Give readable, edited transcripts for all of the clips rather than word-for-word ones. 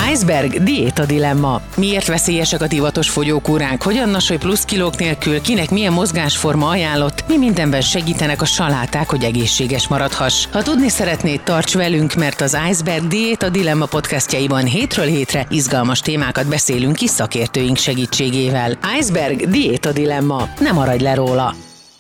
Iceberg diéta dilemma. Miért veszélyesek a divatos fogyókúrák? Hogyan nasolj plusz kilók nélkül? Kinek milyen mozgásforma ajánlott? Mi mindenben segítenek a saláták, hogy egészséges maradhass? Ha tudni szeretnéd, tarts velünk, mert az Iceberg diéta dilemma podcastjaiban hétről hétre izgalmas témákat beszélünk ki szakértőink segítségével. Iceberg diéta dilemma. Ne maradj le róla!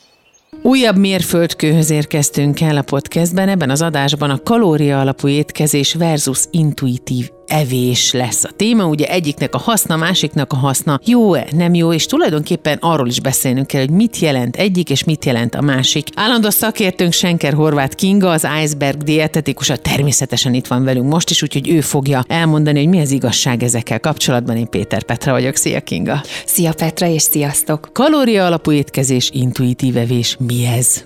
Újabb mérföldkőhöz érkeztünk el a podcastben, ebben az adásban a kalória alapú étkezés versus intuitív evés lesz a téma. Ugye egyiknek a haszna, másiknak a haszna, jó-e, nem jó, és tulajdonképpen arról is beszélnünk kell, hogy mit jelent egyik, és mit jelent a másik. Állandó szakértőnk Schenker Horváth Kinga, az Iceberg dietetikusa, természetesen itt van velünk most is, úgyhogy ő fogja elmondani, hogy mi az igazság ezekkel kapcsolatban. Én Péter Petra vagyok. Szia, Kinga! Szia, Petra, és sziasztok! Kalória alapú étkezés, intuitív evés, mi ez?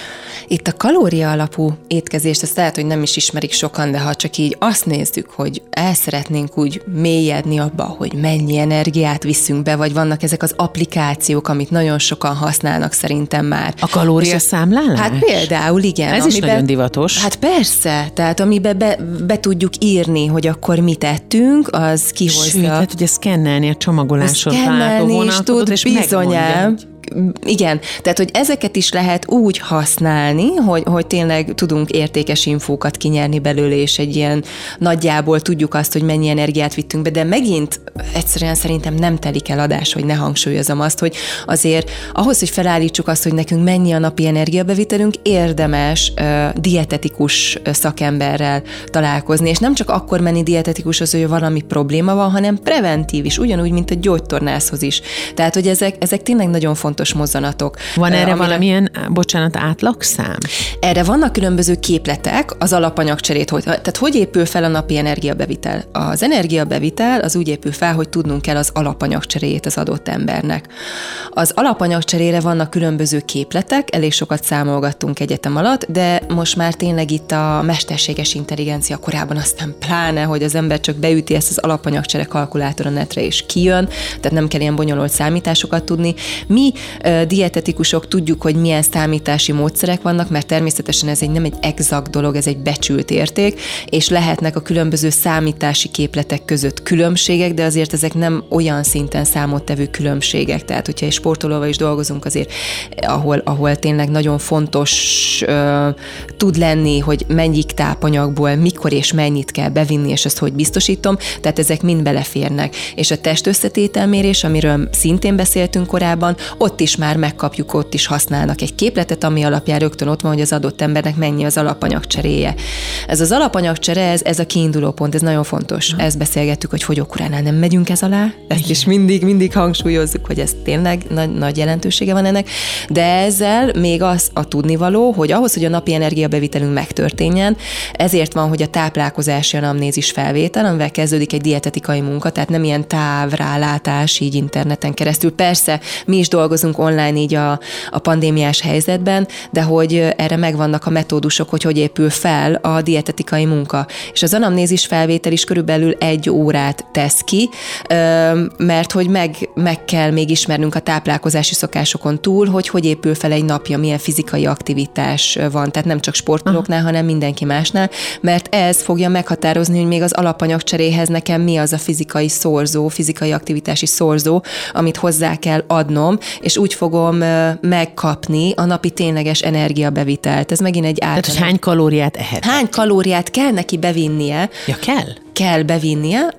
Itt a kalória alapú étkezést, ezt lehet, hogy nem is ismerik sokan, de ha csak így azt nézzük, hogy el szeretnénk úgy mélyedni abba, hogy mennyi energiát viszünk be, vagy vannak ezek az applikációk, amit nagyon sokan használnak szerintem már. A kalóriaszámlálás? Hát például igen. Ez is nagyon divatos. Hát persze, tehát amiben be tudjuk írni, hogy akkor mit ettünk, az kihozza. Sőt, hát ugye szkennelni a csomagolásod szkennelni is tud, és bizonyám. Igen, tehát, hogy ezeket is lehet úgy használni, hogy tényleg tudunk értékes infókat kinyerni belőle, és egy ilyen nagyjából tudjuk azt, hogy mennyi energiát vittünk be, de megint egyszerűen szerintem nem telik el adás, hogy ne hangsúlyozom azt, hogy azért ahhoz, hogy felállítsuk azt, hogy nekünk mennyi a napi energiabevitelünk, érdemes dietetikus szakemberrel találkozni, és nem csak akkor menni dietetikushoz, hogy valami probléma van, hanem preventív is, ugyanúgy, mint a gyógytornászhoz is. Tehát, hogy ezek tényleg nagyon fontos mozzanatok. Van erre valamilyen, átlagszám? Erre vannak különböző képletek az alapanyagcserét, tehát hogy épül fel a napi energiabevitel. Az energiabevitel az úgy épül fel, hogy tudnunk kell az alapanyagcseréjét az adott embernek. Az alapanyagcserére vannak különböző képletek, elég sokat számolgattunk egyetem alatt, de most már tényleg itt a mesterséges intelligencia korában aztán pláne, hogy az ember csak beüti ezt az alapanyagcsere kalkulátor a netre és kijön, tehát nem kell ilyen bonyolult számításokat tudni. Mi dietetikusok tudjuk, hogy milyen számítási módszerek vannak, mert természetesen ez nem egy exakt dolog, ez egy becsült érték, és lehetnek a különböző számítási képletek között különbségek, de azért ezek nem olyan szinten számottevő különbségek. Tehát, hogyha egy sportolóval is dolgozunk azért, ahol tényleg nagyon fontos tud lenni, hogy melyik tápanyagból mikor és mennyit kell bevinni, és ezt hogy biztosítom, tehát ezek mind beleférnek. És a testösszetételmérés, amiről szintén beszéltünk korábban, ott is már megkapjuk, ott is használnak egy képletet, ami alapján rögtön ott van, hogy az adott embernek mennyi az alapanyagcseréje. Ez az alapanyagcsere, ez a kiinduló pont, ez nagyon fontos. Ezt beszélgettük, hogy fogyókúránál nem megyünk ez alá, ezt is mindig hangsúlyozzuk, hogy ez tényleg nagy jelentősége van ennek, de ezzel még az a tudnivaló, hogy ahhoz, hogy a napi energiabevitelünk megtörténjen, ezért van, hogy a táplálkozási anamnézis felvétel, amivel kezdődik egy dietetikai munka, tehát nem ilyen távrálátás így interneten keresztül. Persze, mi is dolgozunk online így a pandémiás helyzetben, de hogy erre megvannak a metódusok, hogy épül fel a dietetikai munka. És az anamnézis felvétel is körülbelül 1 órát tesz ki, mert hogy meg kell még ismernünk a táplálkozási szokásokon túl, hogy épül fel egy napja, milyen fizikai aktivitás van, tehát nem csak sportolóknál, hanem mindenki másnál, mert ez fogja meghatározni, hogy még az alapanyagcseréhez nekem mi az a fizikai aktivitási szorzó, amit hozzá kell adnom, és úgy fogom megkapni a napi tényleges energiabevitelt. Ez megint egy általános. Tehát, hogy hány kalóriát ehet? Hány kalóriát kell neki bevinnie? Ja, kell? Kell bevinnie,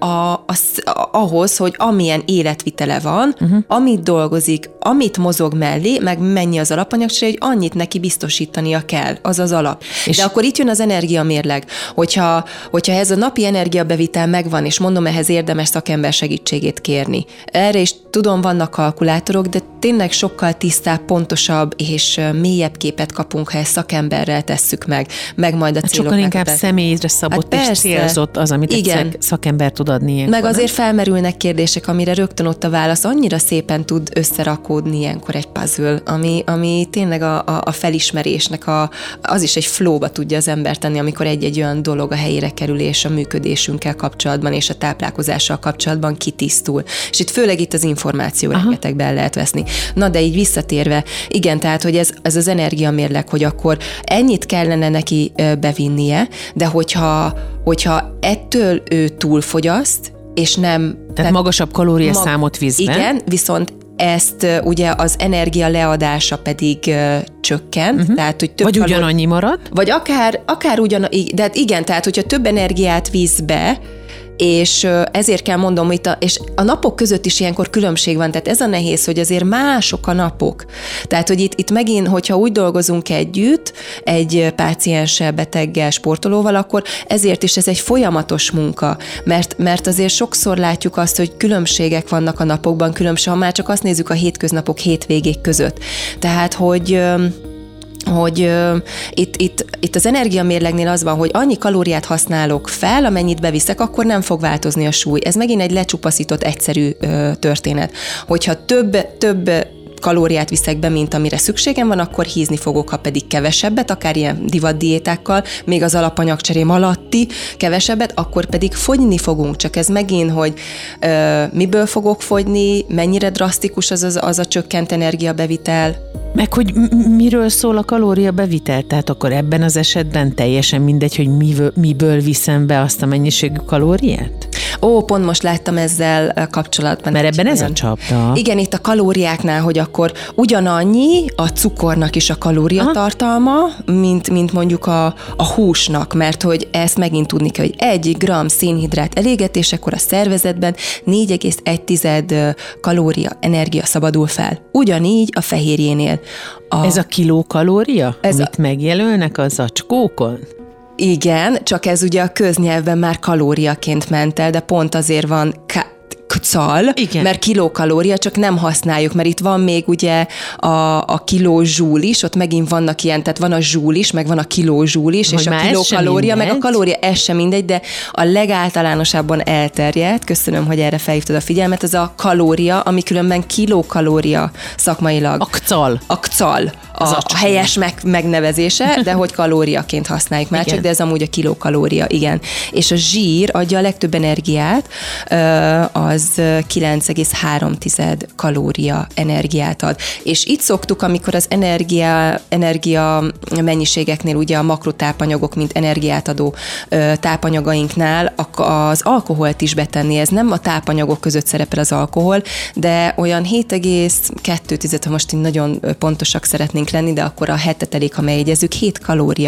ahhoz, hogy amilyen életvitele van, amit dolgozik, amit mozog mellé, meg mennyi az alapanyagcsere, hogy annyit neki biztosítania kell, az az alap. De akkor itt jön az energiamérleg, hogyha ez a napi energiabevitel megvan, és mondom, ehhez érdemes szakember segítségét kérni. Erre is tudom, vannak kalkulátorok, de tényleg sokkal tisztább, pontosabb és mélyebb képet kapunk, ha ezt szakemberrel tesszük meg majd a céloknak. Sokkal inkább személyre szabott és célzott az, amit egy szakember tud adni ilyenkor. Meg azért felmerülnek kérdések, amire rögtön ott a válasz annyira szépen tud összerakódni ilyenkor egy puzzle, ami tényleg a felismerésnek az is egy flowba tudja az ember tenni, amikor egy olyan dolog a helyére kerül, és a működésünkkel kapcsolatban, és a táplálkozással kapcsolatban kitisztul. És itt főleg itt az információ rengetegben lehet veszni. Na, de így visszatérve, igen, tehát, hogy ez az energiamérleg, hogy akkor ennyit kellene neki bevinnie, de hogyha hogyha ettől ő túlfogyaszt, és nem... Tehát magasabb kalóriaszámot visz be. Igen, viszont ezt ugye az energia leadása pedig csökkent. Tehát, hogy több vagy ugyanannyi marad? Vagy akár ugyanannyi, de igen, tehát hogyha több energiát visz be, és ezért kell mondom, hogy és a napok között is ilyenkor különbség van, tehát ez a nehéz, hogy azért mások a napok. Tehát, hogy itt megint, hogyha úgy dolgozunk együtt, egy pácienssel, beteggel, sportolóval, akkor ezért is ez egy folyamatos munka, mert azért sokszor látjuk azt, hogy különbségek vannak a napokban, ha már csak azt nézzük a hétköznapok hétvégék között. Tehát, hogy itt az energiamérlegnél az van, hogy annyi kalóriát használok fel, amennyit beviszek, akkor nem fog változni a súly. Ez megint egy lecsupaszított, egyszerű történet. Hogyha több kalóriát viszek be, mint amire szükségem van, akkor hízni fogok, ha pedig kevesebbet, akár ilyen divatdiétákkal, még az alapanyagcserém alatti kevesebbet, akkor pedig fogyni fogunk. Csak ez megint, hogy miből fogok fogyni, mennyire drasztikus az a csökkent energiabevitel. Meg hogy miről szól a kalóriabevitel? Tehát akkor ebben az esetben teljesen mindegy, hogy miből viszem be azt a mennyiségű kalóriát? Pont most láttam ezzel kapcsolatban. Mert ebben ez a csapda. Igen, itt a kalóriáknál, hogy akkor ugyanannyi a cukornak is a kalóriatartalma, mint mondjuk a húsnak, mert hogy ezt megint tudni kell, hogy 1 g szénhidrát elégetésekor a szervezetben 4,1 kalória energia szabadul fel. Ugyanígy a fehérjénél. Ez a kilókalória, amit megjelölnek a zacskókon? Igen, csak ez ugye a köznyelvben már kalóriaként ment el, de pont azért van mert kilókalória, csak nem használjuk, mert itt van még ugye a kilózsúl is, ott megint vannak ilyen, tehát van a zsúl is, meg van a kilózsúl is, és a kilókalória, meg a kalória, ez sem mindegy, de a legáltalánosabban elterjedt, köszönöm, hogy erre felhívtad a figyelmet, az a kalória, ami különben kilókalória szakmailag. Akcal. A helyes megnevezése, de hogy kalóriaként használjuk már csak, de ez amúgy a kilókalória, igen. És a zsír adja a legtöbb energiát, az 9,3 kalória energiát ad. És itt szoktuk, amikor az energia mennyiségeknél ugye a makrotápanyagok, mint energiát adó tápanyagainknál az alkoholt is betenni. Ez nem a tápanyagok között szerepel az alkohol, de olyan 7,2, ha most nagyon pontosak szeretnénk lenni, de akkor a hetet elég, ha megjegyezzük, 7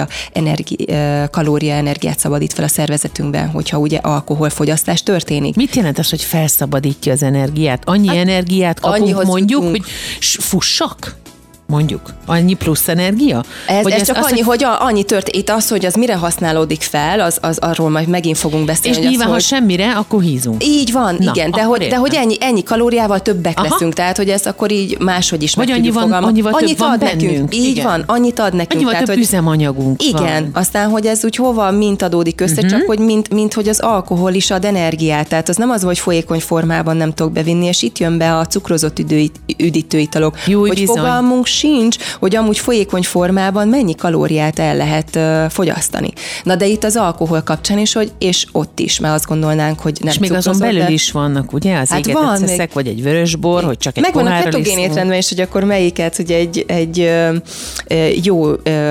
kalória energiát szabadít fel a szervezetünkben, hogyha ugye alkoholfogyasztás történik. Mit jelent az, hogy felszabadítja az energiát? Annyi energiát kapunk, mondjuk, hogy fussak? Mondjuk. Annyi plusz energia? Ez csak annyi, hogy annyi történt. Az, hogy az mire használódik fel, az arról majd megint fogunk beszélni. És nyilván, ha semmire, akkor hízunk. Így van, igen. De hogy ennyi kalóriával többek leszünk, tehát hogy ezt akkor így máshogy is meg tudjuk fogalmazni. Annyit ad nekünk. Így van, annyit ad nekünk. Annyival több üzemanyagunk van. Igen. Aztán, hogy ez úgy hova mint adódik össze, csak hogy mint hogy az alkohol is ad energiát. Tehát az nem az, hogy folyékony formában nem tudok bevinni, és itt jön be a cukrozott üdítőitalok. Hogy fogalmunk sincs, hogy amúgy folyékony formában mennyi kalóriát el lehet fogyasztani. Na de itt az alkohol kapcsán is, és ott is, mert azt gondolnánk, hogy nem és még azon belül is vannak, ugye? Az égetett szeszek, vagy egy vörösbor, hogy csak egy pohárral iszunk. Megvan a ketogén étrendben is, hogy akkor melyiket, hogy egy jó...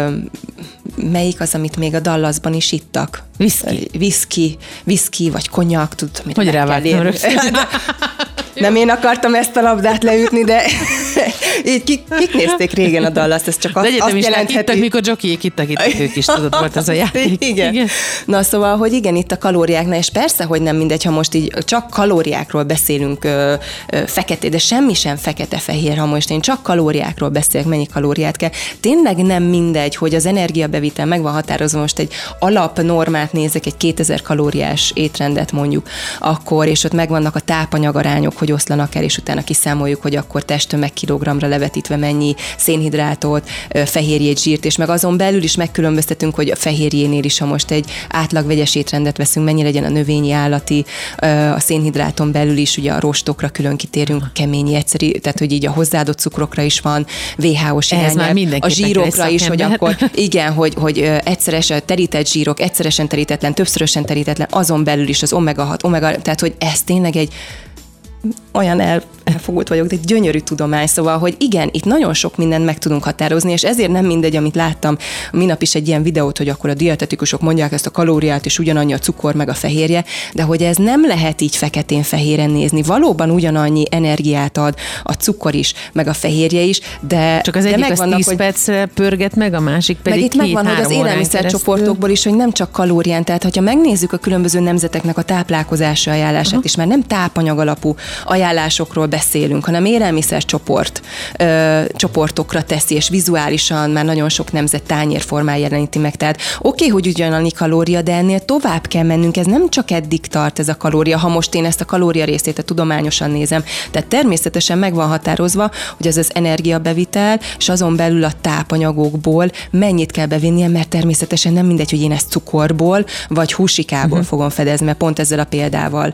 melyik az, amit még a Dallasban is ittak? Whisky, vagy konyak, tudod, mire hogy rávágtam rögtön. Nem én akartam ezt a labdát leütni, de így kik nézték régen a Dallast, ez csak azt jelentheti. Ittak, mikor jockeyék ittak, ők is, tudod, volt ez a játék. Igen. Na szóval, hogy igen, itt a kalóriáknál, és persze, hogy nem mindegy, ha most így csak kalóriákról beszélünk fekete, de semmi sem fekete-fehér, ha most én csak kalóriákról beszélek, mennyi kalóriát kell. Tényleg nem mindegy, hogy az energiabevitel meg van határozva, most egy alapnormát nézek, egy 2000 kalóriás étrendet mondjuk, akkor, és ott megvannak a tápanyagarányok, hogy oszlanak el, és utána kiszámoljuk, hogy akkor testtömeg kilogramra levetítve mennyi szénhidrátot, fehérjét, zsírt, és meg azon belül is megkülönböztetünk, hogy a fehérjénél is, ha most egy átlag vegyes étrendet veszünk, mennyi legyen a növényi, állati, a szénhidráton belül is, ugye a rostokra külön kitérünk, a keményi, egyszerű, tehát hogy így a hozzáadott cukrokra is van, WHO-s irányelv, a zsírokra is, hogy akkor igen, hogy egyszeresen terített zsírok, egyszeresen terítetlen, többszörösen terítetlen, azon belül is az omega-6, tehát hogy ez tényleg egy olyan elfogult vagyok, de gyönyörű tudomány, szóval, hogy igen, itt nagyon sok mindent meg tudunk határozni, és ezért nem mindegy, amit láttam minap is egy ilyen videót, hogy akkor a dietetikusok mondják ezt a kalóriát, és ugyanannyi a cukor meg a fehérje, de hogy ez nem lehet így feketén-fehéren nézni. Valóban ugyanannyi energiát ad a cukor is, meg a fehérje is, de csak az egyik az 10 percre pörget meg, a másik pedig 2-3 órán keresztül. Meg itt megvan, hogy az élelmiszercsoportokból is, hogy nem csak kalórián, tehát hogyha megnézzük a különböző nemzeteknek a táplálkozási ajánlását, és már nem tápanyag alapú ajánlásokról beszélünk, hanem élelmiszercsoport csoportokra teszi, és vizuálisan már nagyon sok nemzet tányérformán jeleníti meg. Tehát oké, hogy ugyanannyi kalória, de ennél tovább kell mennünk, ez nem csak eddig tart ez a kalória, ha most én ezt a kalória részét tudományosan nézem. Tehát természetesen meg van határozva, hogy ez az energiabevitel, és azon belül a tápanyagokból mennyit kell bevinnie, mert természetesen nem mindegy, hogy én ezt cukorból, vagy húsikából fogom fedezni, mert pont ezzel a példával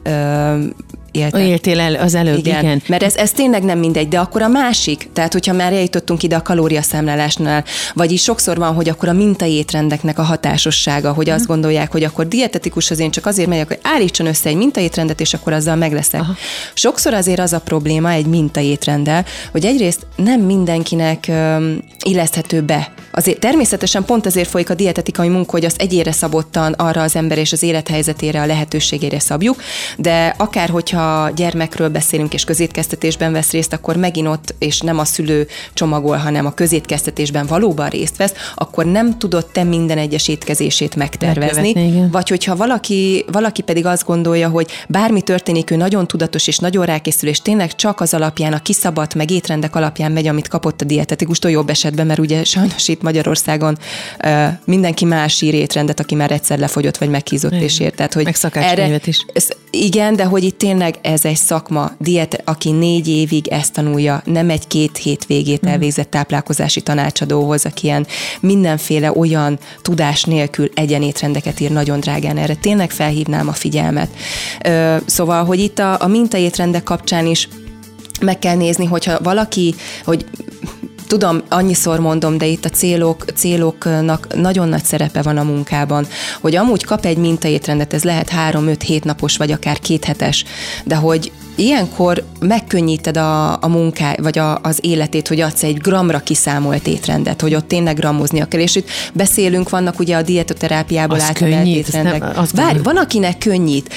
éltél el az előbb, igen. Mert ez tényleg nem mindegy, de akkor a másik, tehát hogyha már eljutottunk ide a kalóriaszámlálásnál, vagyis sokszor van, hogy akkor a mintaétrendeknek a hatásossága, hogy azt gondolják, hogy akkor dietetikushoz én csak azért megyek, hogy állítson össze egy mintaétrendet, és akkor azzal meg leszek. Aha. Sokszor azért az a probléma egy mintaétrenddel, hogy egyrészt nem mindenkinek illeszthető be. Azért természetesen pont azért folyik a dietetikai munka, hogy azt egyére szabottan arra az ember és az élethelyzetére, a lehetőségére szabjuk, de akár hogyha gyermekről beszélünk és közétkeztetésben vesz részt, akkor megint ott, és nem a szülő csomagol, hanem a közétkeztetésben valóban részt vesz, akkor nem tudod te minden egyes étkezését megtervezni. Vagy hogyha valaki pedig azt gondolja, hogy bármi történik, ő nagyon tudatos és nagyon rákészül, és tényleg csak az alapján, a kiszabadt meg étrendek alapján megy, amit kapott a dietetikustól, jobb esetben, mert ugye sajnos itt Magyarországon mindenki más ír étrendet, aki már egyszer lefogyott, vagy meghízott és ért. Tehát, hogy meg szakácskönyvet is. Igen, de hogy itt tényleg ez egy szakma, aki 4 évig ezt tanulja, nem egy 2 hétvégét elvégzett táplálkozási tanácsadóhoz, aki ilyen mindenféle olyan tudás nélkül egyenétrendeket ír nagyon drágán, erre tényleg felhívnám a figyelmet. Szóval, hogy itt a mintaétrendek kapcsán is meg kell nézni, hogyha valaki, hogy tudom, annyiszor mondom, de itt a céloknak nagyon nagy szerepe van a munkában, hogy amúgy kap egy mintaétrendet, ez lehet 3-5-7 napos, vagy akár 2 hetes, de hogy ilyenkor megkönnyíted a munkáj, vagy az életét, hogy adsz egy gramra kiszámolt étrendet, hogy ott tényleg grammoznia kell, és itt beszélünk, vannak ugye a dietoterápiából átadott étrendek. Van, akinek könnyít,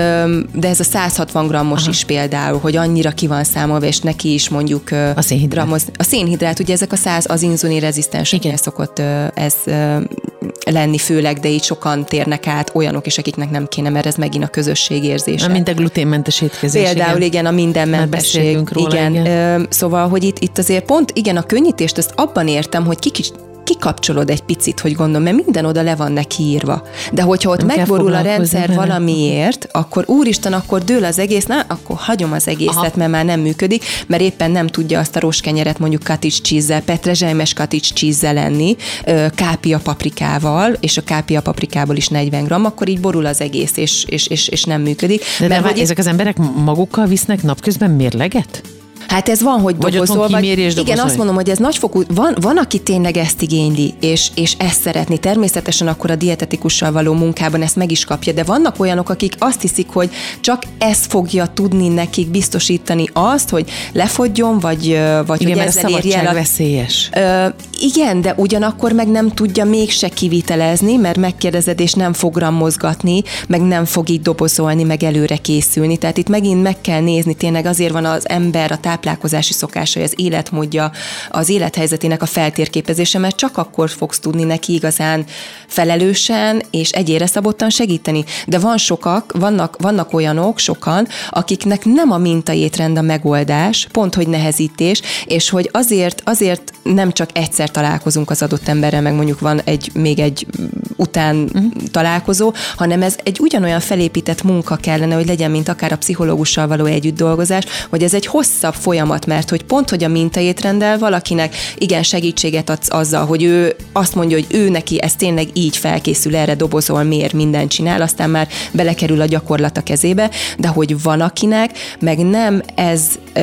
de ez a 160 grammos is például, hogy annyira ki van számolva, és neki is mondjuk a szénhidrát, ugye ezek az inzulin rezisztenseknél szokott ez lenni főleg, de így sokan térnek át olyanok is, akiknek nem kéne, mert ez megint a közösség érzése. Mint a gluténmentes étkezés. Például igen, a mindenmentesség. Igen. Szóval, hogy itt azért pont, igen, a könnyítést ezt abban értem, hogy kikapcsolod egy picit, hogy gondolom, mert minden oda le van neki írva. De hogyha ott megborul a rendszer valamiért, akkor úristen, akkor dől az egész, akkor hagyom az egészet, mert már nem működik, mert éppen nem tudja azt a roskenyeret mondjuk cottage cheese-zel, petrezselymes cottage cheese-zel lenni, kápia paprikával, és a kápia paprikából is 40 g, akkor így borul az egész, és nem működik. De ezek az emberek magukkal visznek napközben mérleget? Hát ez van, hogy dobozol, vagy igen, azt mondom, hogy ez nagyfokú, van, aki tényleg ezt igényli, és ezt szeretni. Természetesen akkor a dietetikussal való munkában ezt meg is kapja, de vannak olyanok, akik azt hiszik, hogy csak ez fogja tudni nekik biztosítani azt, hogy lefogyjon, vagy igen, hogy ezzel érje el. Veszélyes. Igen, de ugyanakkor meg nem tudja mégse kivitelezni, mert megkérdezed, és nem fog grammozgatni, meg nem fog így dobozolni, meg előre készülni. Tehát itt megint meg kell nézni, tényleg azért van az ember, a táplálkozási szokásai, az életmódja, az élethelyzetének a feltérképezése, mert csak akkor fogsz tudni neki igazán felelősen és egyére szabottan segíteni. De vannak olyanok, sokan, akiknek nem a mintaétrend a megoldás, pont hogy nehezítés, és hogy azért nem csak egyszer találkozunk az adott emberrel, meg mondjuk van még egy után találkozó, hanem ez egy ugyanolyan felépített munka kellene, hogy legyen, mint akár a pszichológussal való együttdolgozás, hogy ez egy hosszabb folyamat, mert hogy pont, hogy a mintaétrenddel valakinek igen segítséget adsz azzal, hogy ő azt mondja, hogy ő neki ez tényleg így felkészül, erre dobozol, mér, mindent csinál, aztán már belekerül a gyakorlat a kezébe, de hogy van akinek, meg nem ez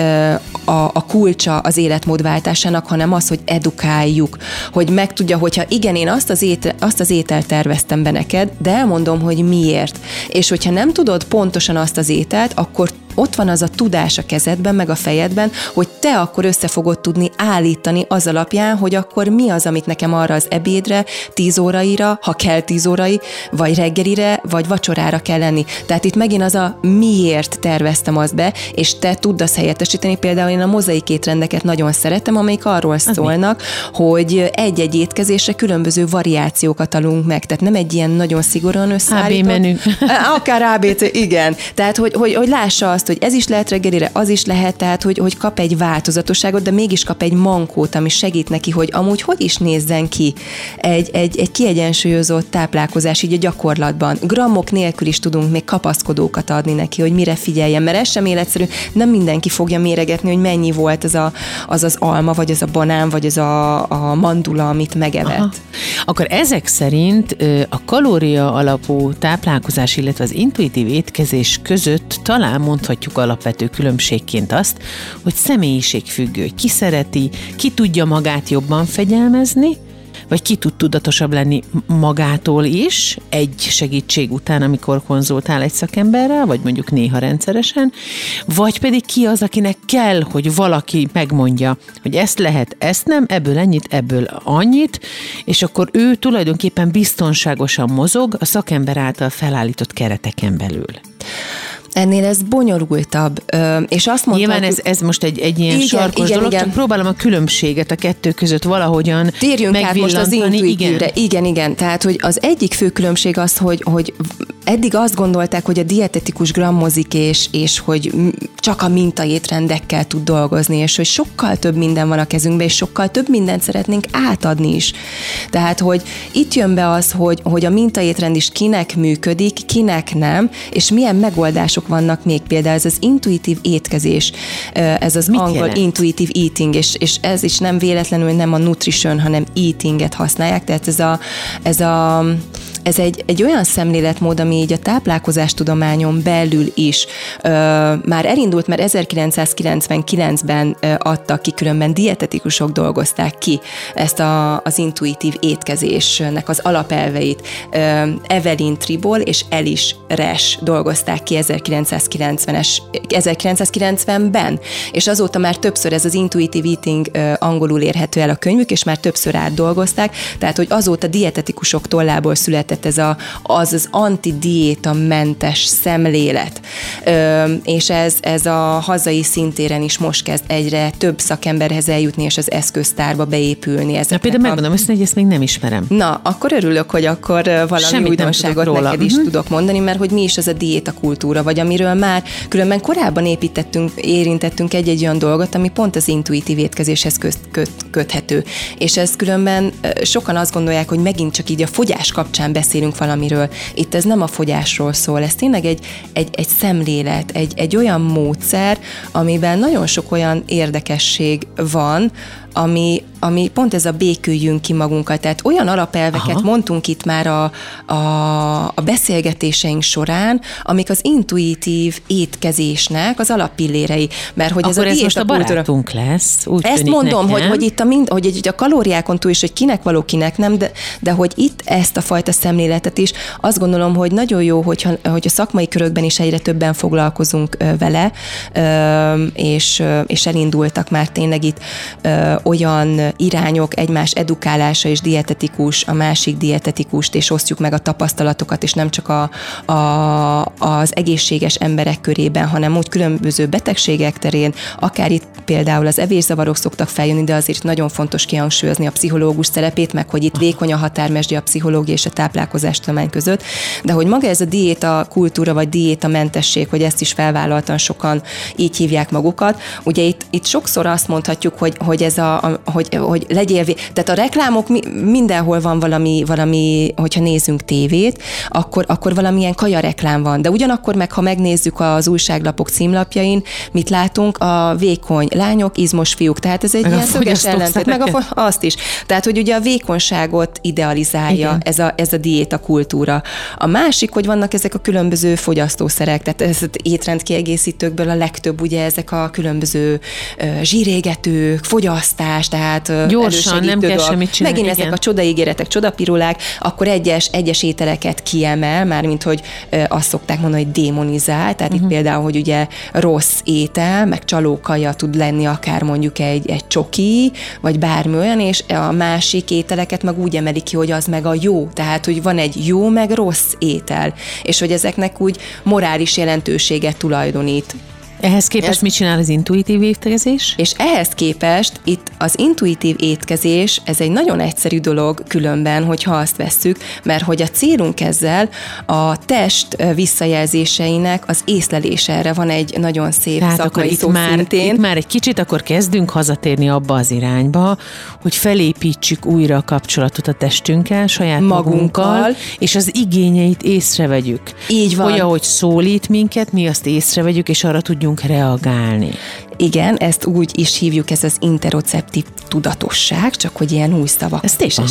a kulcsa az életmódváltásának, hanem az, hogy edukáljuk, hogy megtudja, hogyha igen, én azt az ételt terveztem be neked, de elmondom, hogy miért. És hogyha nem tudod pontosan azt az ételt, akkor ott van az a tudás a kezedben, meg a fejedben, hogy te akkor össze fogod tudni állítani az alapján, hogy akkor mi az, amit nekem arra az ebédre, 10 óraira, ha kell 10 órai, vagy reggelire, vagy vacsorára kell lenni. Tehát itt megint az a miért terveztem azt be, és te tudd azt helyettesíteni. Például én a mozaik étrendeket nagyon szeretem, amelyik arról szólnak, hogy egy-egy étkezésre különböző variációkat alunk meg. Tehát nem egy ilyen nagyon szigorúan összeállított. AB menü. Akár ABC, igen. Tehát, hogy lássa azt, hogy ez is lehet reggelire, az is lehet, tehát, hogy kap egy változatosságot, de mégis kap egy mankót, ami segít neki, hogy amúgy hogy is nézzen ki egy kiegyensúlyozott táplálkozás így a gyakorlatban. Grammok nélkül is tudunk még kapaszkodókat adni neki, hogy mire figyeljen, mert ez sem életszerű. Nem mindenki fogja méregetni, hogy mennyi volt az alma, vagy az a banán, vagy az a mandula, amit megevett. Aha. Akkor ezek szerint a kalória alapú táplálkozás, illetve az intuitív étkezés között talán mondhatjuk alapvető különbségként azt, hogy személyiségfüggő, ki szereti, ki tudja magát jobban fegyelmezni, vagy ki tud tudatosabb lenni magától is egy segítség után, amikor konzultál egy szakemberrel, vagy mondjuk néha rendszeresen, vagy pedig ki az, akinek kell, hogy valaki megmondja, hogy ezt lehet, ezt nem, ebből ennyit, ebből annyit, és akkor ő tulajdonképpen biztonságosan mozog a szakember által felállított kereteken belül. Ennél ez bonyolultabb, és azt mondtam... Nyilván ez most egy ilyen sarkos dolog, csak próbálom a különbséget a kettő között valahogyan térjünk át most az intuitívre. Igen. Tehát, hogy az egyik fő különbség az, hogy eddig azt gondolták, hogy a dietetikus grammozik, és hogy csak a mintaétrendekkel tud dolgozni, és hogy sokkal több minden van a kezünkben, és sokkal több mindent szeretnénk átadni is. Tehát, hogy itt jön be az, hogy a mintaétrend is kinek működik, kinek nem, és milyen megoldások vannak még, például ez az intuitív étkezés, ez az angol jelent? Intuitive eating, és ez is nem véletlenül nem a nutrition, hanem eatinget használják, tehát ez egy olyan szemléletmód, ami így a táplálkozástudományon belül is már elindult, mert 1999-ben adtak ki, különben dietetikusok dolgozták ki ezt az intuitív étkezésnek az alapelveit. Evelyn Tribol és Alice Resch dolgozták ki 1990-ben, és azóta már többször ez az intuitive eating angolul érhető el a könyvük, és már többször átdolgozták, tehát hogy azóta dietetikusok tollából született az antidiéta mentes szemlélet. És ez a hazai szintéren is most kezd egyre több szakemberhez eljutni, és az eszköztárba beépülni. Na például megmondom össze, hogy ezt még nem ismerem. Na, akkor örülök, hogy akkor valami semmit újdonságot neked is tudok mondani, mert hogy mi is az a diétakultúra, vagy amiről már különben korábban érintettünk egy olyan dolgot, ami pont az intuitív étkezéshez köthető. És ez különben sokan azt gondolják, hogy megint csak így a fogyás kapcsán beszélünk valamiről. Itt ez nem a fogyásról szól, ez tényleg egy szemlélet, egy olyan módszer, amiben nagyon sok olyan érdekesség van, ami pont ez a béküljünk ki magunkkal. Tehát olyan alapelveket mondtunk itt már a beszélgetéseink során, amik az intuitív étkezésnek az alappillérei. Mert hogy akkor ez most a barátunk lesz. Ezt mondom, hogy itt hogy a kalóriákon túl is, hogy kinek való, kinek nem, de hogy itt ezt a fajta szemléletet is, azt gondolom, hogy nagyon jó, hogy a szakmai körökben is egyre többen foglalkozunk vele, és elindultak már tényleg itt olyan irányok, egymás edukálása és dietetikus, a másik dietetikust, és osztjuk meg a tapasztalatokat, és nem csak az egészséges emberek körében, hanem úgy különböző betegségek terén, akár itt például az evészavarok szoktak feljönni, de azért nagyon fontos kihangsúlyozni a pszichológus szerepét, meg hogy itt vékony a határmesdje a pszichológia és a táplálkozástudomány között, de hogy maga ez a diéta kultúra, vagy diéta mentesség, hogy ezt is felvállaltan sokan így hívják magukat. Ugye itt sokszor azt mondhatjuk, hogy ez hogy legyél, tehát a reklámok mindenhol van valami, hogyha nézzünk tévét, akkor valamilyen kajareklám van, de ugyanakkor meg, ha megnézzük az újságlapok címlapjain, mit látunk? A vékony, lányok, izmos fiúk, tehát ez egy meg ilyen szöges ellentét, meg azt is. Tehát, hogy ugye a vékonyságot idealizálja ez a diéta kultúra. A másik, hogy vannak ezek a különböző fogyasztószerek, tehát ez étrendkiegészítőkből a legtöbb ugye ezek a különböző zsírégetők, fogyasztás, tehát gyorsan, nem kell semmit csinálni. Megint ezek a csodaígéretek, csodapirulák, akkor egyes ételeket kiemel, mármint, hogy azt szokták mondani, hogy démonizál, tehát itt például, hogy ugye rossz étel, meg csalókaja tud lenni akár mondjuk egy csoki, vagy bármi olyan, és a másik ételeket meg úgy emelik ki, hogy az meg a jó, tehát, hogy van egy jó, meg rossz étel, és hogy ezeknek úgy morális jelentőséget tulajdonít. Ehhez képest mit csinál az intuitív étkezés? És ehhez képest itt az intuitív étkezés, ez egy nagyon egyszerű dolog különben, hogyha azt vesszük, mert hogy a célunk ezzel a test visszajelzéseinek az észlelése, erre van egy nagyon szép szakmai szó szintén. Itt már egy kicsit akkor kezdünk hazatérni abba az irányba, hogy felépítsük újra a kapcsolatot a testünkkel, saját magunkkal, és az igényeit észrevegyük. Így van. Hogy ahogy szólít minket, mi azt észrevegyük, és arra tudjunk reagálni. Igen, ezt úgy is hívjuk, ez az interoceptív tudatosság, csak hogy ilyen új szavak.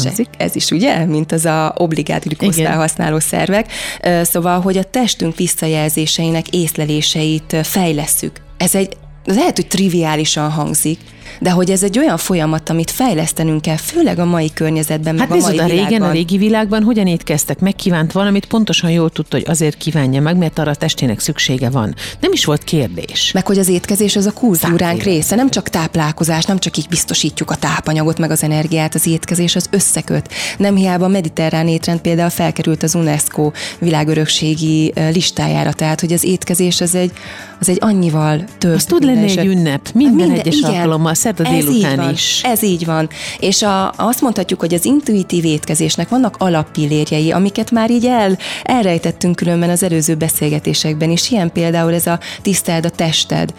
Ez is ugye, mint az a obligát glükózfelhasználó szervek. Szóval, hogy a testünk visszajelzéseinek észleléseit fejlesszük. Ez lehet, hogy triviálisan hangzik, de hogy ez egy olyan folyamat, amit fejlesztenünk kell, főleg a mai környezetben, meg a mai világban. Régen, a régi világban hogyan étkeztek? Megkívánt valamit, pontosan jól tudta, hogy azért kívánja meg, mert arra a testének szüksége van. Nem is volt kérdés. Meg hogy az étkezés az a kultúránk része, nem csak táplálkozás, nem csak így biztosítjuk a tápanyagot, meg az energiát, az étkezés az összeköt. Nem hiába a mediterrán étrend például felkerült az UNESCO világörökségi listájára, tehát hogy az étkezés az egy annyival több. Az tud lenni egy ünnep, minden egyes alkalommal, szerda délután is. Ez így van. És azt mondhatjuk, hogy az intuitív étkezésnek vannak alappillérjei, amiket már így elrejtettünk különben az előző beszélgetésekben is. Ilyen például ez a tiszteld a tested,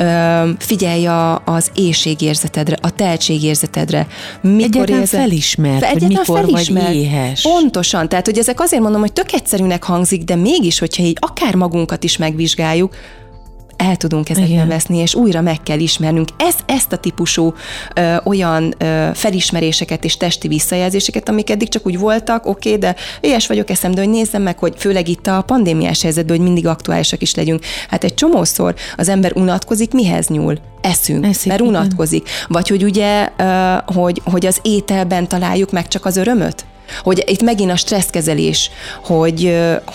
figyelj az éhségérzetedre, a teltségérzetedre. Egyáltalán felismert, hogy mikor vagy éhes. Pontosan. Tehát, hogy ezek azért mondom, hogy tök egyszerűnek hangzik, de mégis, hogyha így akár magunkat is megvizsgáljuk, el tudunk ezekben veszni, és újra meg kell ismernünk ezt a típusú olyan felismeréseket és testi visszajelzéseket, amik eddig csak úgy voltak, oké, de éhes vagyok, eszem, de hogy nézzem meg, hogy főleg itt a pandémiás helyzetben, hogy mindig aktuálisak is legyünk. Hát egy csomószor az ember unatkozik, mihez nyúl? Eszik, mert unatkozik. Vagy hogy ugye, hogy az ételben találjuk meg csak az örömöt? Hogy itt megint a stresszkezelés, hogy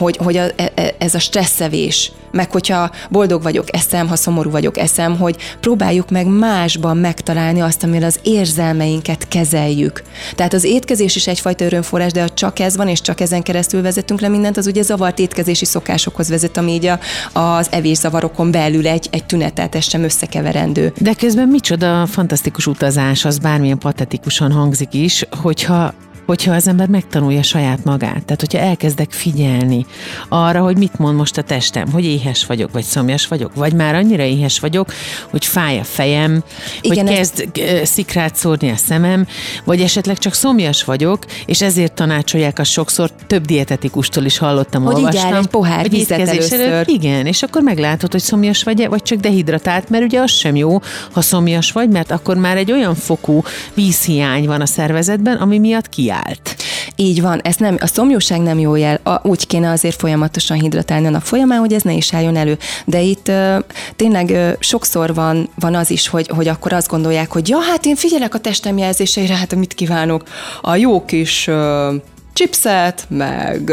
ez a stresszevés, meg hogyha boldog vagyok, eszem, ha szomorú vagyok, eszem, hogy próbáljuk meg másban megtalálni azt, amivel az érzelmeinket kezeljük. Tehát az étkezés is egyfajta örömforrás, de ha csak ez van, és csak ezen keresztül vezetünk le mindent, az ugye zavart étkezési szokásokhoz vezet, ami így az evészavarokon belül egy tünetet, ez sem összekeverendő. De közben micsoda fantasztikus utazás, az bármilyen patetikusan hangzik is, hogyha az ember megtanulja saját magát. Tehát, hogyha elkezdek figyelni arra, hogy mit mond most a testem, hogy éhes vagyok, vagy szomjas vagyok, vagy már annyira éhes vagyok, hogy fáj a fejem, igen, hogy kezd szikrát szórni a szemem, vagy esetleg csak szomjas vagyok, és ezért tanácsolják azt sokszor, több dietetikustól is hallottam, hogy olvastam. Hogy egy pohár vizet először. Igen, és akkor meglátod, hogy szomjas vagy csak dehidratált, mert ugye az sem jó, ha szomjas vagy, mert akkor már egy olyan fokú vízhiány van a szervezetben, ami miatt kiáll. Így van, a szomjúság nem jó jel, úgy kéne azért folyamatosan hidratálni a nap folyamán, hogy ez ne is álljon elő. De itt tényleg sokszor van az is, hogy akkor azt gondolják, hogy ja, hát én figyelek a testem jelzéseire, hát mit kívánok? A jó kis chipset, meg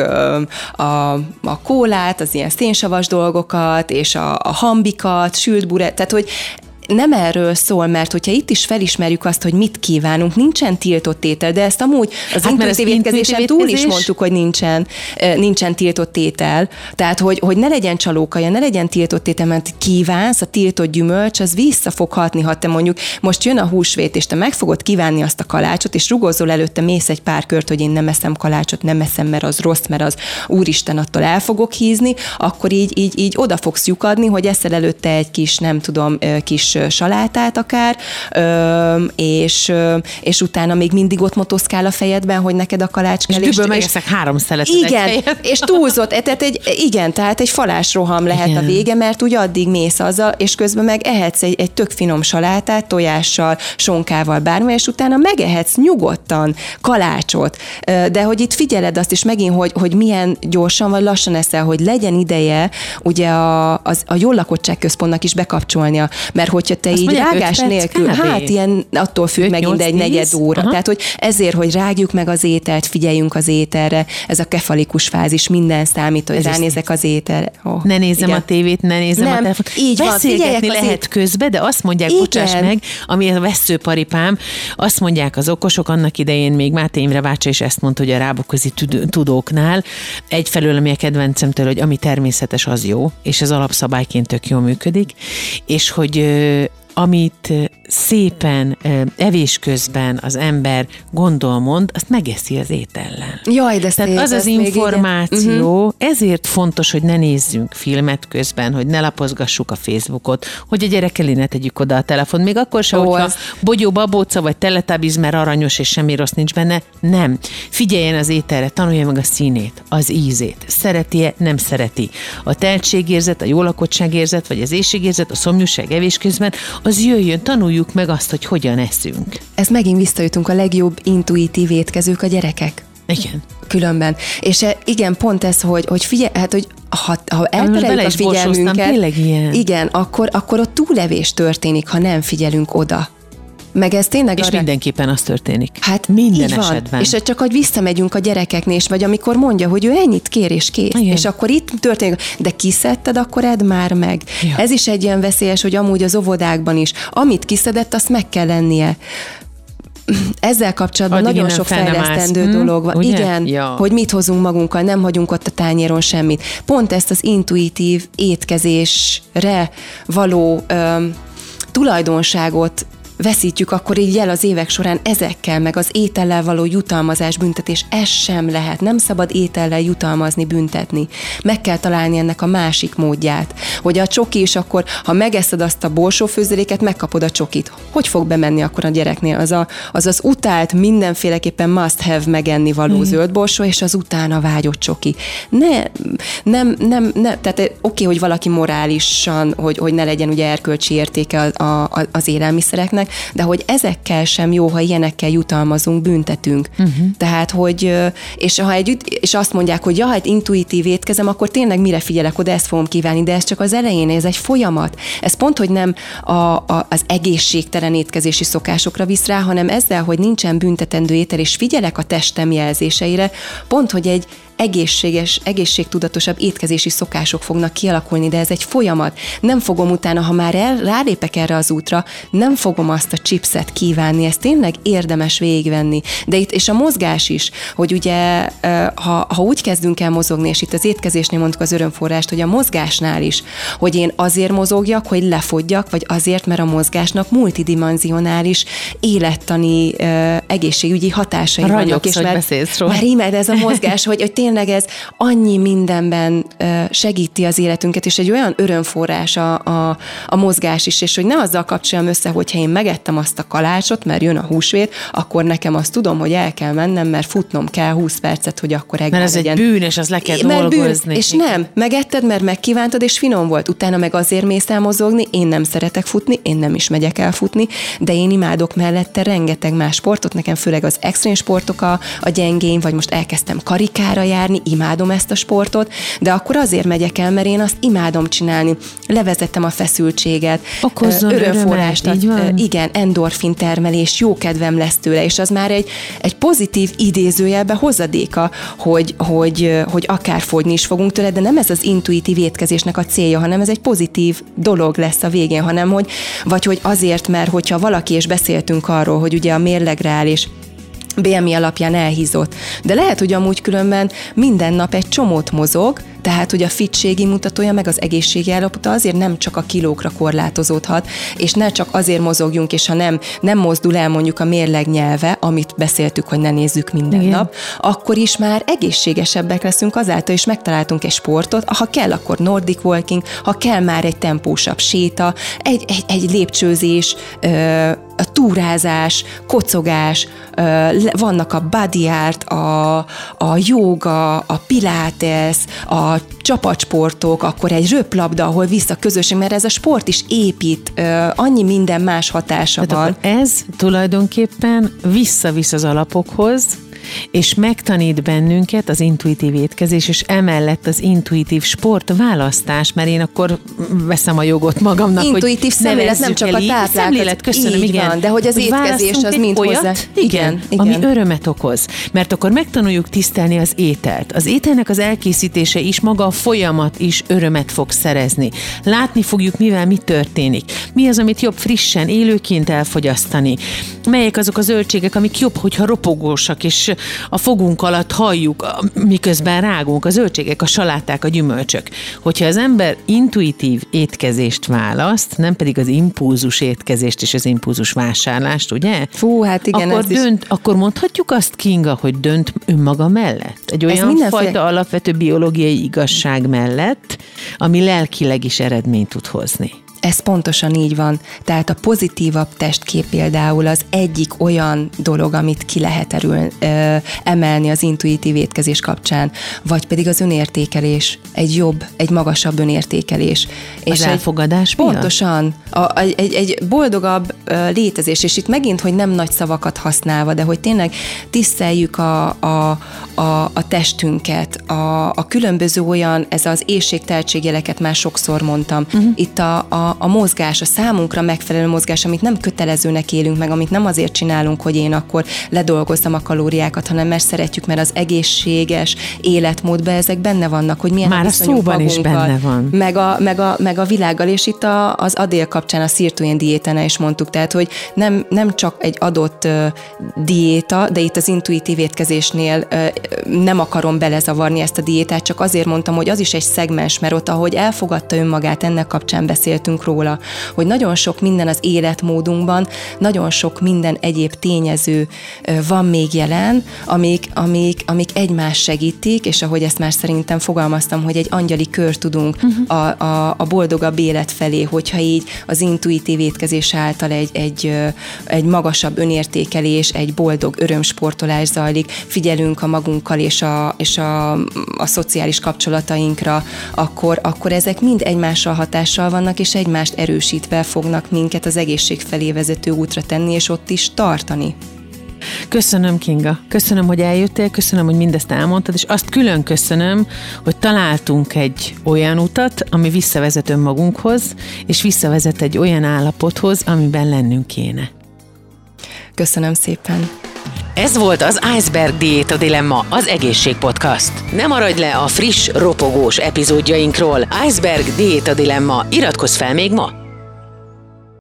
a kólát, az ilyen szénsavas dolgokat, és a hambikat, sült burát, tehát hogy nem erről szól, mert hogyha itt is felismerjük azt, hogy mit kívánunk, nincsen tiltott étel, de ezt amúgy az intuitív étkezésen túl is mondtuk, hogy nincsen tiltott étel. Tehát, hogy ne legyen csalókaja, ne legyen tiltott étel, mert kívánsz, a tiltott gyümölcs, az vissza fog hatni, ha te mondjuk most jön a húsvét, és te meg fogod kívánni azt a kalácsot, és rugózol előtte, mész egy pár kört, hogy én nem eszem kalácsot, nem eszem, mert az rossz, mert az úristen, attól el fogok hízni, akkor így oda fogsz lyukadni, hogy eszel előtte egy kis, nem tudom, kis salátát akár, és utána még mindig ott motoszkál a fejedben, hogy neked a kalács kell. És megeszek 3 szeletet. Igen, és túlzott, tehát egy falásroham lehet a vége, mert ugye addig mész azzal, és közben meg ehetsz egy tök finom salátát, tojással, sonkával, bármi, és utána megehetsz nyugodtan kalácsot. De hogy itt figyeled azt is megint, hogy milyen gyorsan vagy lassan eszel, hogy legyen ideje ugye a jól lakottság központnak is bekapcsolnia, mert hogyha te azt így rágás nélkül, hát ilyen attól függ megint egy negyed óra. Tehát, hogy ezért, hogy rágjuk meg az ételt, figyeljünk az ételre, ez a kefalikus fázis, minden számít, hogy ránézek az ételre. Ne nézem a tévét, ne nézem a telefont. Így van, beszélgetni lehet közben, de azt mondják, bocsáss meg, ami a vesszőparipám, azt mondják az okosok, annak idején még Máté Imre bácsi is ezt mondta, hogy a rábóközi tudóknál, egyfelől, ami a kedvencemtől, hogy ami természetes, az jó, és ez alapszabályként tök jól működik, és hogy amit szépen evés közben az ember mond, azt megeszi az étellel. Jaj, de szép. Tehát az információ, ezért fontos, hogy ne nézzünk filmet közben, hogy ne lapozgassuk a Facebookot, hogy a gyerek elé ne tegyük oda a telefon, még akkor sem, hogyha bogyó babóca vagy Teletubbies, mert aranyos és semmi rossz nincs benne. Nem. Figyeljen az ételre, tanulja meg a színét, az ízét. Szereti-e, nem szereti. A teltségérzet, a jólakottságérzet, vagy az éhségérzet, a szomjúság evés közben, az jöjjön, tanuljuk meg azt, hogy hogyan eszünk. Ez megint visszajutunk, a legjobb intuitív étkezők a gyerekek. Igen. Különben. És igen, pont ez, hogy figyelj, hát, hogy ha eltereljük a figyelmünket, igen, akkor ott túlevés történik, ha nem figyelünk oda. Meg ez tényleg és mindenképpen az történik. Hát minden esetben. És csak, hogy visszamegyünk a gyerekeknél, és vagy amikor mondja, hogy ő ennyit kér és kész. Igen. És akkor itt történik, de kiszedted, akkor edd már meg. Ja. Ez is egy ilyen veszélyes, hogy amúgy az óvodákban is, amit kiszedett, azt meg kell lennie. Ezzel kapcsolatban addig nagyon sok fejlesztendő dolog van. Ugye? Igen, hogy mit hozunk magunkkal, nem hagyunk ott a tányéron semmit. Pont ezt az intuitív étkezésre való tulajdonságot veszítjük akkor így el az évek során ezekkel, meg az étellel való jutalmazás, büntetés, ez sem lehet. Nem szabad étellel jutalmazni, büntetni. Meg kell találni ennek a másik módját. Hogy a csoki is akkor, ha megeszed azt a borsófőzeléket, megkapod a csokit. Hogy fog bemenni akkor a gyereknél? Az utált, mindenféleképpen must have megenni való zöld borsó, és az utána vágyott csoki. Nem, tehát oké, hogy valaki morálisan, hogy ne legyen ugye erkölcsi értéke az élelmiszereknek, de hogy ezekkel sem jó, ha ilyenekkel jutalmazunk, büntetünk. Tehát, hogy, és azt mondják, hogy hát intuitív étkezem, akkor tényleg mire figyelek, oda ezt fogom kívánni, de ez csak az elején, ez egy folyamat. Ez pont, hogy nem az egészségtelen étkezési szokásokra visz rá, hanem ezzel, hogy nincsen büntetendő étel, és figyelek a testem jelzéseire, pont, hogy egy egészséges, egészségtudatosabb étkezési szokások fognak kialakulni, de ez egy folyamat. Nem fogom utána, ha már rálépek erre az útra, nem fogom azt a chipset kívánni, ezt tényleg érdemes végigvenni. De itt, és a mozgás is, hogy ugye, ha úgy kezdünk el mozogni, és itt az étkezésnél mondtuk az örömforrást, hogy a mozgásnál is, hogy én azért mozogjak, hogy lefogyjak, vagy azért, mert a mozgásnak multidimensionális élettani egészségügyi hatásai vannak. És már imed ez a mozgás, hogy tényleg ez annyi mindenben segíti az életünket, és egy olyan örömforrás a mozgás is, és hogy ne azzal kapcsoljam össze, hogyha én megettem azt a kalácsot, mert jön a húsvét, akkor nekem azt tudom, hogy el kell mennem, mert futnom kell 20 percet, hogy akkor legyen. Mert ez egy bűn, és az le kell dolgozni. És nem, megetted, mert megkívántad, és finom volt. Utána meg azért mész el mozogni, én nem szeretek futni, én nem is megyek el futni, de én imádok mellette rengeteg más sportot, nekem főleg az extrém sportok a gyengéim, vagy most elkezdtem karikára járni, imádom ezt a sportot, de akkor azért megyek el, mert én azt imádom csinálni. Levezettem a feszültséget, örömforrást ad, igen, endorfin termelés, jó kedvem lesz tőle, és az már egy pozitív idézőjelbe hozadéka, hogy akár fogyni is fogunk tőle, de nem ez az intuitív étkezésnek a célja, hanem ez egy pozitív dolog lesz a végén, hanem hogy azért, mert hogyha valaki, és beszéltünk arról, hogy ugye a mérlegre áll, és BMI alapján elhízott. De lehet, hogy amúgy különben minden nap egy csomót mozog, Tehát, hogy a fitségi mutatója, meg az egészségi állapota azért nem csak a kilókra korlátozódhat, és ne csak azért mozogjunk, és ha nem mozdul el mondjuk a mérleg nyelve, amit beszéltük, hogy ne nézzük minden nap, akkor is már egészségesebbek leszünk, azáltal is megtaláltunk egy sportot, ha kell, akkor Nordic walking, ha kell már egy tempósabb séta, egy lépcsőzés, a túrázás, kocogás, vannak a body art, a jóga, a pilates, a csapatsportok, akkor egy röplabda, ahol vissza közösség, mert ez a sport is épít, annyi minden más hatása van. Ez tulajdonképpen visszavisz az alapokhoz, és megtanít bennünket az intuitív étkezés, és emellett az intuitív sportválasztás, mert én akkor veszem a jogot magamnak, intuitív szemlélet, nem csak a táplálkozás. Szemlélet, köszönöm, igen. Van, de hogy az étkezés az mind olyat, hozzá. Igen, ami örömet okoz. Mert akkor megtanuljuk tisztelni az ételt. Az ételnek az elkészítése is, maga a folyamat is örömet fog szerezni. Látni fogjuk, mivel mi történik. Mi az, amit jobb frissen, élőként elfogyasztani. Melyek azok a zöldségek, amik jobb, hogyha ropogósak, és a fogunk alatt halljuk, miközben rágunk, a zöldségek, a saláták, a gyümölcsök. Hogyha az ember intuitív étkezést választ, nem pedig az impulzus étkezést és az impulzus vásárlást, ugye? Fú, hát igen. Akkor mondhatjuk azt, Kinga, hogy dönt önmaga mellett? Egy olyan fajta alapvető biológiai igazság mellett, ami lelkileg is eredményt tud hozni. Ez pontosan így van. Tehát a pozitívabb testkép például az egyik olyan dolog, amit ki lehet emelni az intuitív étkezés kapcsán, vagy pedig az önértékelés, egy magasabb önértékelés. Az elfogadás miatt? Pontosan. Egy boldogabb létezés, és itt megint, hogy nem nagy szavakat használva, de hogy tényleg tiszteljük a testünket, a különböző olyan, ez az éhség-tehetségjeleket már sokszor mondtam. Itt a mozgás, a számunkra megfelelő mozgás, amit nem kötelezőnek élünk meg, amit nem azért csinálunk, hogy én akkor ledolgozzam a kalóriákat, hanem mert szeretjük, mert az egészséges életmódban ezek benne vannak, hogy milyen már a szóban is benne van. Meg a világgal, és itt az Adél kapcsán a szirtuén diétánál is mondtuk, tehát, hogy nem csak egy adott diéta, de itt az intuitív étkezésnél nem akarom belezavarni ezt a diétát, csak azért mondtam, hogy az is egy szegmens, mert ott, ahogy elfogadta önmagát, ennek kapcsán beszéltünk róla, hogy nagyon sok minden az életmódunkban, nagyon sok minden egyéb tényező van még jelen, amik egymást segítik, és ahogy ezt már szerintem fogalmaztam, hogy egy angyali kör tudunk a boldogabb élet felé, hogyha így az intuitív étkezés által egy magasabb önértékelés, egy boldog örömsportolás zajlik, figyelünk a magunkkal és a szociális kapcsolatainkra, akkor ezek mind egymással hatással vannak, és egymást erősítve fognak minket az egészség felé vezető útra tenni, és ott is tartani. Köszönöm, Kinga. Köszönöm, hogy eljöttél, köszönöm, hogy mindezt elmondtad, és azt külön köszönöm, hogy találtunk egy olyan utat, ami visszavezet önmagunkhoz, és visszavezet egy olyan állapothoz, amiben lennünk kéne. Köszönöm szépen. Ez volt az Iceberg Diéta Dilemma, az egészségpodcast. Ne maradj le a friss, ropogós epizódjainkról. Iceberg Diéta Dilemma. Iratkozz fel még ma!